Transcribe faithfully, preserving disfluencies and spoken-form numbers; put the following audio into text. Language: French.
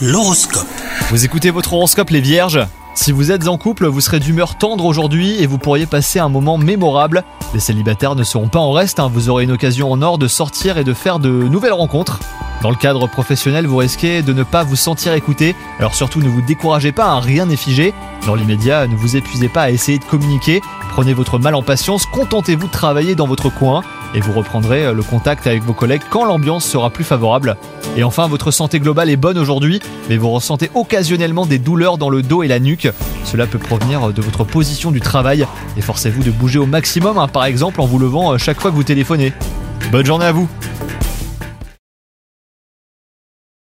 L'horoscope. Vous écoutez votre horoscope les vierges ? Si vous êtes en couple, vous serez d'humeur tendre aujourd'hui et vous pourriez passer un moment mémorable. Les célibataires ne seront pas en reste, hein. Vous aurez une occasion en or de sortir et de faire de nouvelles rencontres. Dans le cadre professionnel, vous risquez de ne pas vous sentir écouté, alors surtout ne vous découragez pas, hein, rien n'est figé. Dans l'immédiat, ne vous épuisez pas à essayer de communiquer, prenez votre mal en patience, contentez-vous de travailler dans votre coin et vous reprendrez le contact avec vos collègues quand l'ambiance sera plus favorable. Et enfin, votre santé globale est bonne aujourd'hui, mais vous ressentez occasionnellement des douleurs dans le dos et la nuque. Cela peut provenir de votre position du travail. Efforcez-vous de bouger au maximum, hein, par exemple en vous levant chaque fois que vous téléphonez. Bonne journée à vous!